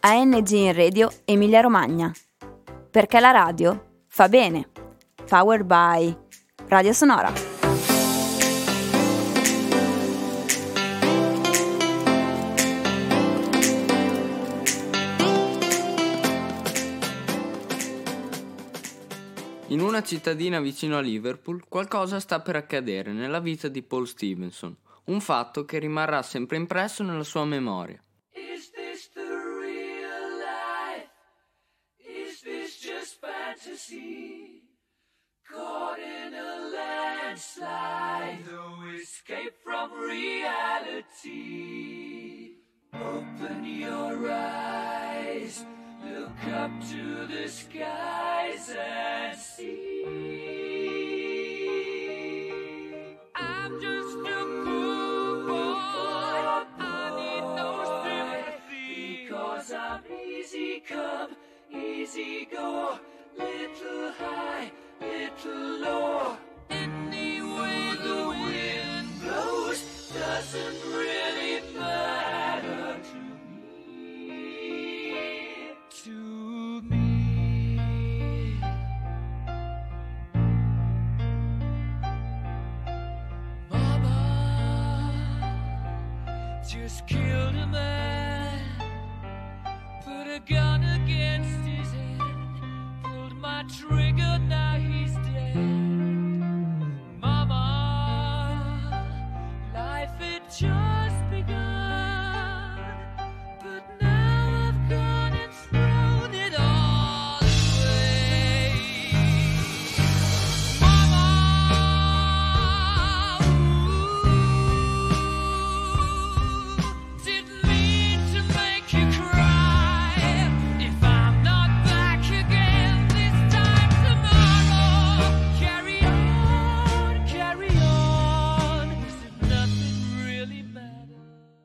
ANG in Radio Emilia Romagna. Perché la radio fa bene. Powered by Radio Sonora. In una cittadina vicino a Liverpool qualcosa sta per accadere nella vita di Paul Stevenson, un fatto che rimarrà sempre impresso nella sua memoria. Is this the real life? Is this just fantasy? Caught in a landslide, no escape from reality. Open your eyes, look up to the skies and see. I'm just a poor boy, I need no sympathy, because I'm easy come, easy go, little high, little low. Any way the wind blows doesn't really matter to me. To me. Mama just killed a man, put a gun against his head, pulled my trigger, now he's dead. Mama, life had just begun, but now I've gone and thrown it all away. Mama, didn't mean to make you cry. If I'm not back again this time tomorrow, carry on, as if nothing really matters.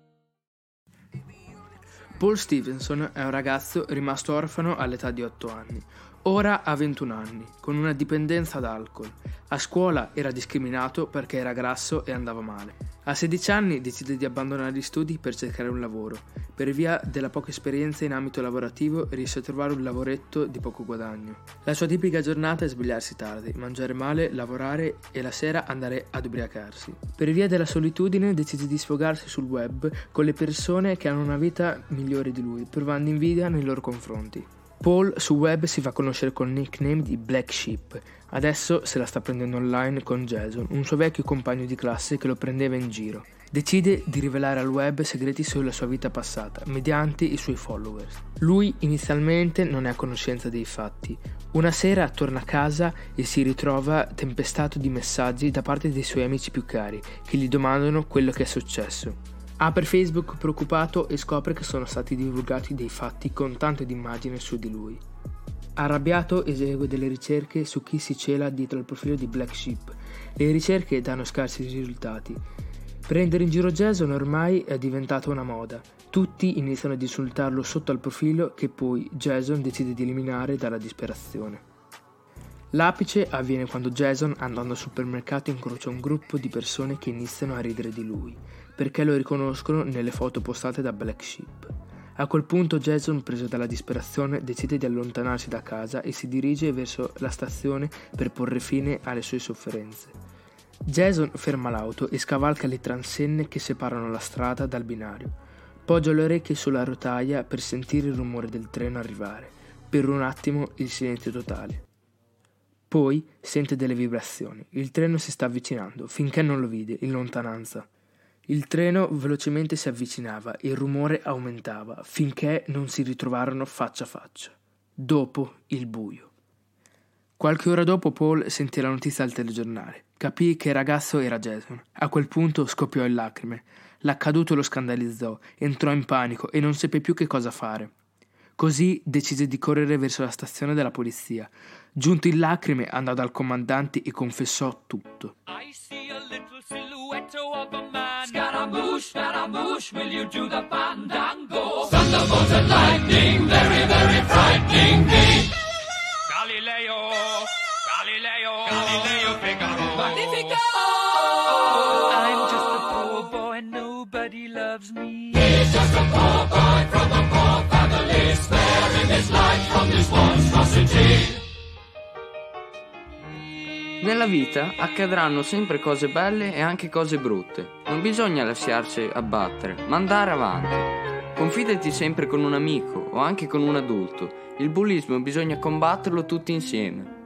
Paul Stevenson è un ragazzo rimasto orfano all'età di 8 anni. Ora ha 21 anni, con una dipendenza ad alcol. A scuola era discriminato perché era grasso e andava male. A 16 anni decide di abbandonare gli studi per cercare un lavoro. Per via della poca esperienza in ambito lavorativo riesce a trovare un lavoretto di poco guadagno. La sua tipica giornata è svegliarsi tardi, mangiare male, lavorare e la sera andare ad ubriacarsi. Per via della solitudine decide di sfogarsi sul web con le persone che hanno una vita migliore di lui, provando invidia nei loro confronti. Paul su web si fa conoscere col nickname di Black Sheep. Adesso se la sta prendendo online con Jason, un suo vecchio compagno di classe che lo prendeva in giro. Decide di rivelare al web segreti sulla sua vita passata, mediante i suoi followers. Lui inizialmente non è a conoscenza dei fatti. Una sera torna a casa e si ritrova tempestato di messaggi da parte dei suoi amici più cari, che gli domandano quello che è successo. Apre Facebook preoccupato e scopre che sono stati divulgati dei fatti con tanto di immagini su di lui. Arrabbiato esegue delle ricerche su chi si cela dietro il profilo di Black Sheep. Le ricerche danno scarsi risultati. Prendere in giro Jason ormai è diventata una moda. Tutti iniziano ad insultarlo sotto al profilo che poi Jason decide di eliminare dalla disperazione. L'apice avviene quando Jason, andando al supermercato, incrocia un gruppo di persone che iniziano a ridere di lui, perché lo riconoscono nelle foto postate da Black Sheep. A quel punto Jason, preso dalla disperazione, decide di allontanarsi da casa e si dirige verso la stazione per porre fine alle sue sofferenze. Jason ferma l'auto e scavalca le transenne che separano la strada dal binario. Poggia le orecchie sulla rotaia per sentire il rumore del treno arrivare. Per un attimo il silenzio totale. Poi sente delle vibrazioni. Il treno si sta avvicinando, finché non lo vide, in lontananza. Il treno velocemente si avvicinava e il rumore aumentava, finché non si ritrovarono faccia a faccia. Dopo il buio. Qualche ora dopo Paul sentì la notizia al telegiornale. Capì che il ragazzo era Jason. A quel punto scoppiò in lacrime. L'accaduto lo scandalizzò, entrò in panico e non seppe più che cosa fare. Così decise di correre verso la stazione della polizia. Giunto in lacrime, andò dal comandante e confessò tutto. I see a little silhouette of a man. Scaramouche, will you do the fandango? Thunderbolts and lightning, very, very frightening me. Galileo, Figaro. Magnifico! I'm just a poor boy, nobody loves me. He's just a poor boy from a poor family. Nella vita accadranno sempre cose belle e anche cose brutte. Non bisogna lasciarsi abbattere, ma andare avanti. Confidati sempre con un amico o anche con un adulto. Il bullismo bisogna combatterlo tutti insieme.